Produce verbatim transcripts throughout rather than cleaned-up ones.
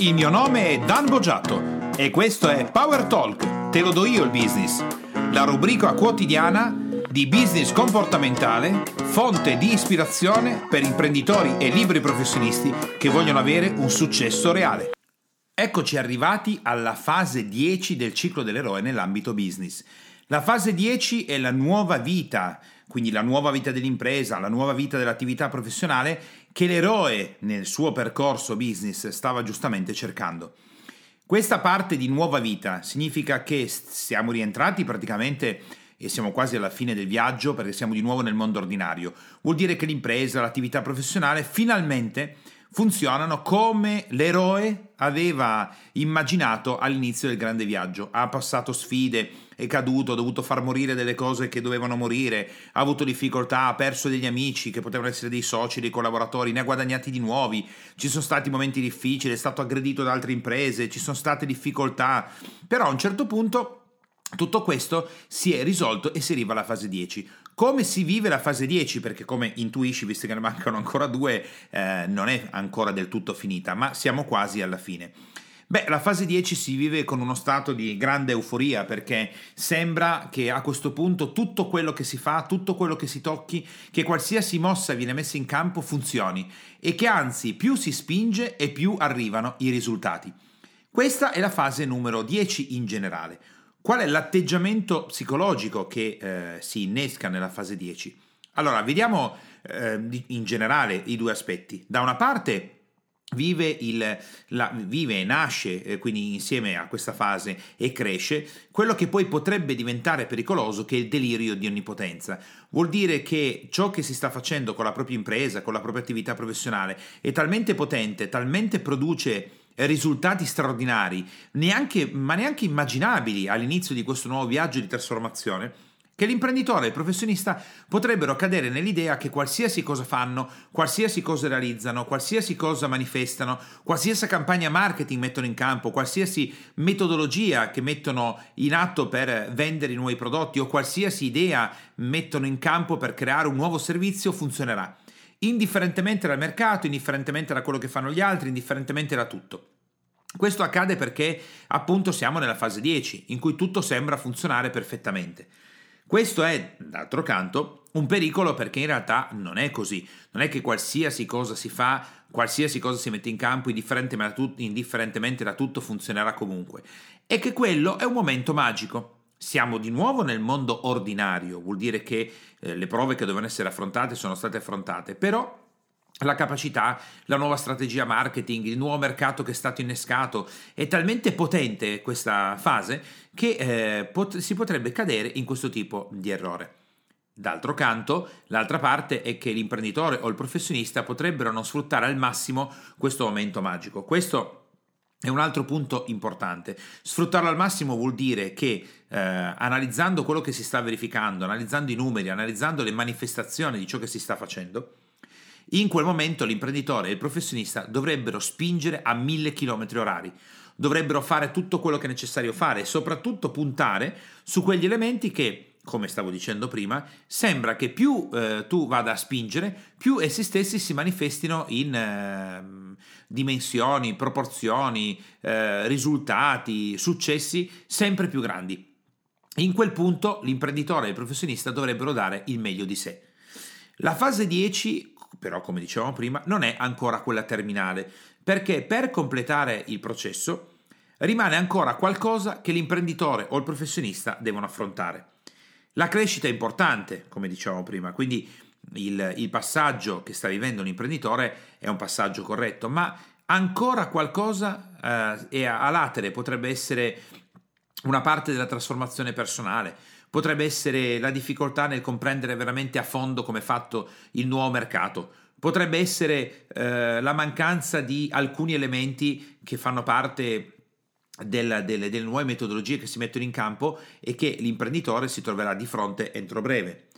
Il mio nome è Dan Boggiato e questo è Power Talk, te lo do io il business, la rubrica quotidiana di business comportamentale, fonte di ispirazione per imprenditori e liberi professionisti che vogliono avere un successo reale. Eccoci arrivati alla fase dieci del ciclo dell'eroe nell'ambito business. La fase dieci è la nuova vita, quindi la nuova vita dell'impresa, la nuova vita dell'attività professionale che l'eroe nel suo percorso business stava giustamente cercando. Questa parte di nuova vita significa che siamo rientrati praticamente e siamo quasi alla fine del viaggio perché siamo di nuovo nel mondo ordinario. Vuol dire che l'impresa, l'attività professionale finalmente funzionano come l'eroe aveva immaginato all'inizio del grande viaggio. Ha passato sfide, è caduto, ha dovuto far morire delle cose che dovevano morire, ha avuto difficoltà, ha perso degli amici che potevano essere dei soci, dei collaboratori, ne ha guadagnati di nuovi, ci sono stati momenti difficili, è stato aggredito da altre imprese, ci sono state difficoltà, però a un certo punto tutto questo si è risolto e si arriva alla fase dieci. Come si vive la fase dieci? Perché come intuisci, visto che ne mancano ancora due, eh, non è ancora del tutto finita, ma siamo quasi alla fine. Beh, la fase dieci si vive con uno stato di grande euforia perché sembra che a questo punto tutto quello che si fa, tutto quello che si tocchi, che qualsiasi mossa viene messa in campo funzioni e che anzi più si spinge e più arrivano i risultati. Questa è la fase numero dieci in generale. Qual è l'atteggiamento psicologico che eh, si innesca nella fase dieci? Allora, vediamo eh, in generale i due aspetti. Da una parte vive, il, la, vive e nasce, eh, quindi insieme a questa fase, e cresce, quello che poi potrebbe diventare pericoloso, che è il delirio di onnipotenza. Vuol dire che ciò che si sta facendo con la propria impresa, con la propria attività professionale, è talmente potente, talmente produce risultati straordinari, neanche, ma neanche immaginabili all'inizio di questo nuovo viaggio di trasformazione, che l'imprenditore e il professionista potrebbero cadere nell'idea che qualsiasi cosa fanno, qualsiasi cosa realizzano, qualsiasi cosa manifestano, qualsiasi campagna marketing mettono in campo, qualsiasi metodologia che mettono in atto per vendere i nuovi prodotti o qualsiasi idea mettono in campo per creare un nuovo servizio funzionerà. Indifferentemente dal mercato, indifferentemente da quello che fanno gli altri, indifferentemente da tutto. Questo accade perché appunto siamo nella fase dieci, in cui tutto sembra funzionare perfettamente. Questo è, d'altro canto, un pericolo perché in realtà non è così. Non è che qualsiasi cosa si fa, qualsiasi cosa si mette in campo, indifferentemente da tutto funzionerà comunque. È che quello è un momento magico. Siamo di nuovo nel mondo ordinario, vuol dire che eh, le prove che dovevano essere affrontate sono state affrontate, però la capacità, la nuova strategia marketing, il nuovo mercato che è stato innescato è talmente potente questa fase che eh, pot- si potrebbe cadere in questo tipo di errore. D'altro canto, l'altra parte è che l'imprenditore o il professionista potrebbero non sfruttare al massimo questo momento magico. Questo è un altro punto importante. Sfruttarlo al massimo vuol dire che eh, analizzando quello che si sta verificando, analizzando i numeri, analizzando le manifestazioni di ciò che si sta facendo, in quel momento l'imprenditore e il professionista dovrebbero spingere a mille chilometri orari, dovrebbero fare tutto quello che è necessario fare e soprattutto puntare su quegli elementi che, come stavo dicendo prima, sembra che più eh, tu vada a spingere, più essi stessi si manifestino in eh, dimensioni, proporzioni, eh, risultati, successi sempre più grandi. In quel punto l'imprenditore e il professionista dovrebbero dare il meglio di sé. La fase dieci, però, come dicevamo prima, non è ancora quella terminale, perché per completare il processo rimane ancora qualcosa che l'imprenditore o il professionista devono affrontare. La crescita è importante, come dicevamo prima, quindi il, il passaggio che sta vivendo l'imprenditore è un passaggio corretto, ma ancora qualcosa eh, è a latere, potrebbe essere una parte della trasformazione personale, potrebbe essere la difficoltà nel comprendere veramente a fondo come è fatto il nuovo mercato, potrebbe essere eh, la mancanza di alcuni elementi che fanno parte Delle, delle, delle nuove metodologie che si mettono in campo e che l'imprenditore si troverà di fronte entro breve.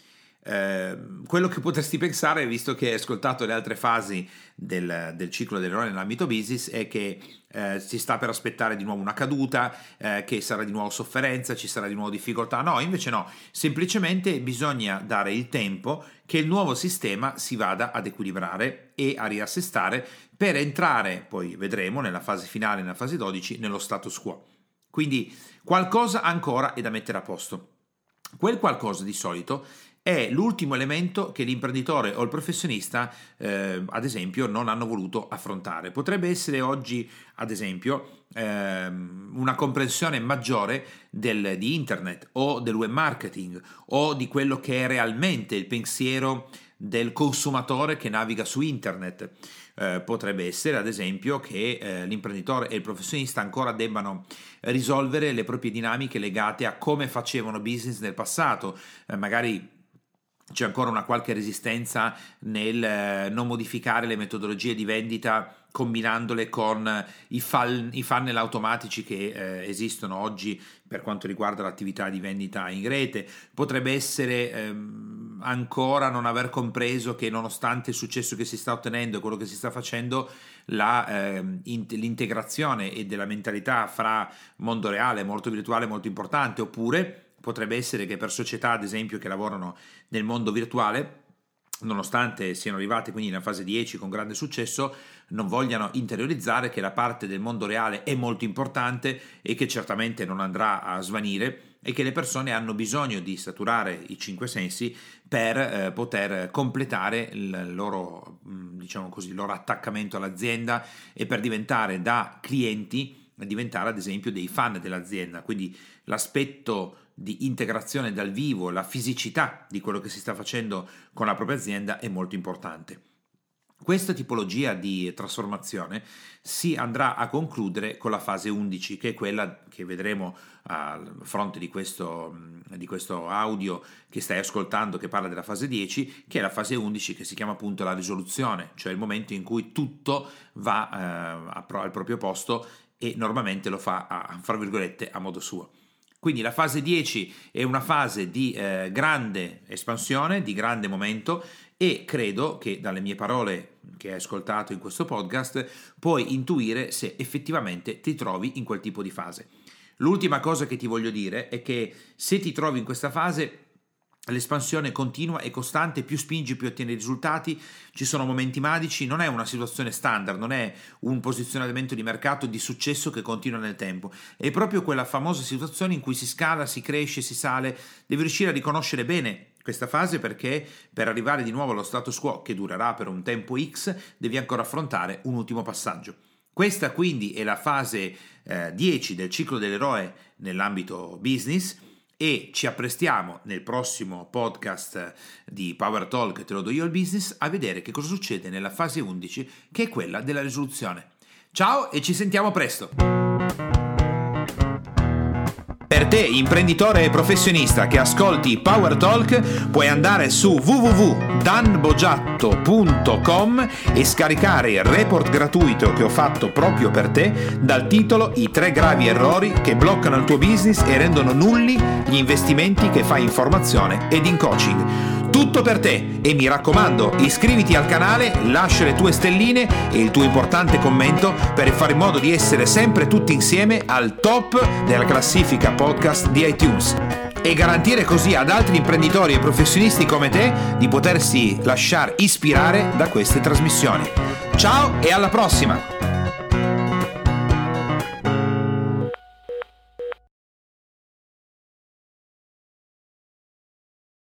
Eh, quello che potresti pensare, visto che hai ascoltato le altre fasi del, del ciclo dell'eroe nell'ambito business, è che eh, si sta per aspettare di nuovo una caduta, eh, che sarà di nuovo sofferenza, ci sarà di nuovo difficoltà. No, invece no, semplicemente bisogna dare il tempo che il nuovo sistema si vada ad equilibrare e a riassestare per entrare, poi vedremo nella fase finale, nella fase dodici, nello status quo. Quindi qualcosa ancora è da mettere a posto. Quel qualcosa di solito è l'ultimo elemento che l'imprenditore o il professionista, eh, ad esempio, non hanno voluto affrontare. Potrebbe essere oggi, ad esempio, ehm, una comprensione maggiore del, di internet o del web marketing o di quello che è realmente il pensiero del consumatore che naviga su internet. Eh, potrebbe essere, ad esempio, che eh, l'imprenditore e il professionista ancora debbano risolvere le proprie dinamiche legate a come facevano business nel passato. Eh, magari c'è ancora una qualche resistenza nel eh, non modificare le metodologie di vendita combinandole con i, fal- i funnel automatici che eh, esistono oggi per quanto riguarda l'attività di vendita in rete. Potrebbe essere ehm, ancora non aver compreso che, nonostante il successo che si sta ottenendo e quello che si sta facendo, la, ehm, in- l'integrazione e della mentalità fra mondo reale e mondo virtuale è molto importante. Oppure potrebbe essere che per società, ad esempio, che lavorano nel mondo virtuale, nonostante siano arrivate quindi nella fase dieci con grande successo, non vogliano interiorizzare che la parte del mondo reale è molto importante e che certamente non andrà a svanire, e che le persone hanno bisogno di saturare i cinque sensi per eh, poter completare il loro, diciamo così, il loro attaccamento all'azienda e per diventare da clienti, diventare ad esempio dei fan dell'azienda. Quindi l'aspetto di integrazione dal vivo, la fisicità di quello che si sta facendo con la propria azienda è molto importante. Questa tipologia di trasformazione si andrà a concludere con la fase undici, che è quella che vedremo a fronte di questo, di questo audio che stai ascoltando, che parla della fase dieci, che è la fase undici, che si chiama appunto la risoluzione, cioè il momento in cui tutto va eh, al proprio posto e normalmente lo fa a, fra virgolette, a modo suo. Quindi la fase dieci è una fase di eh, grande espansione, di grande momento, e credo che dalle mie parole che hai ascoltato in questo podcast puoi intuire se effettivamente ti trovi in quel tipo di fase. L'ultima cosa che ti voglio dire è che se ti trovi in questa fase, l'espansione continua e costante, più spingi più ottieni risultati, ci sono momenti magici, non è una situazione standard, non è un posizionamento di mercato di successo che continua nel tempo, è proprio quella famosa situazione in cui si scala, si cresce, si sale. Devi riuscire a riconoscere bene questa fase, perché per arrivare di nuovo allo status quo, che durerà per un tempo X, devi ancora affrontare un ultimo passaggio. Questa quindi è la fase eh, dieci del ciclo dell'eroe nell'ambito business, e ci apprestiamo nel prossimo podcast di Power Talk, te lo do io il business, a vedere che cosa succede nella fase undici, che è quella della risoluzione. Ciao e ci sentiamo presto! Per te, imprenditore e professionista che ascolti Power Talk, puoi andare su w w w punto dan bogiatto punto com e scaricare il report gratuito che ho fatto proprio per te dal titolo I tre gravi errori che bloccano il tuo business e rendono nulli gli investimenti che fai in formazione ed in coaching. Tutto per te, e mi raccomando, iscriviti al canale, lascia le tue stelline e il tuo importante commento per fare in modo di essere sempre tutti insieme al top della classifica podcast di iTunes e garantire così ad altri imprenditori e professionisti come te di potersi lasciare ispirare da queste trasmissioni. Ciao e alla prossima!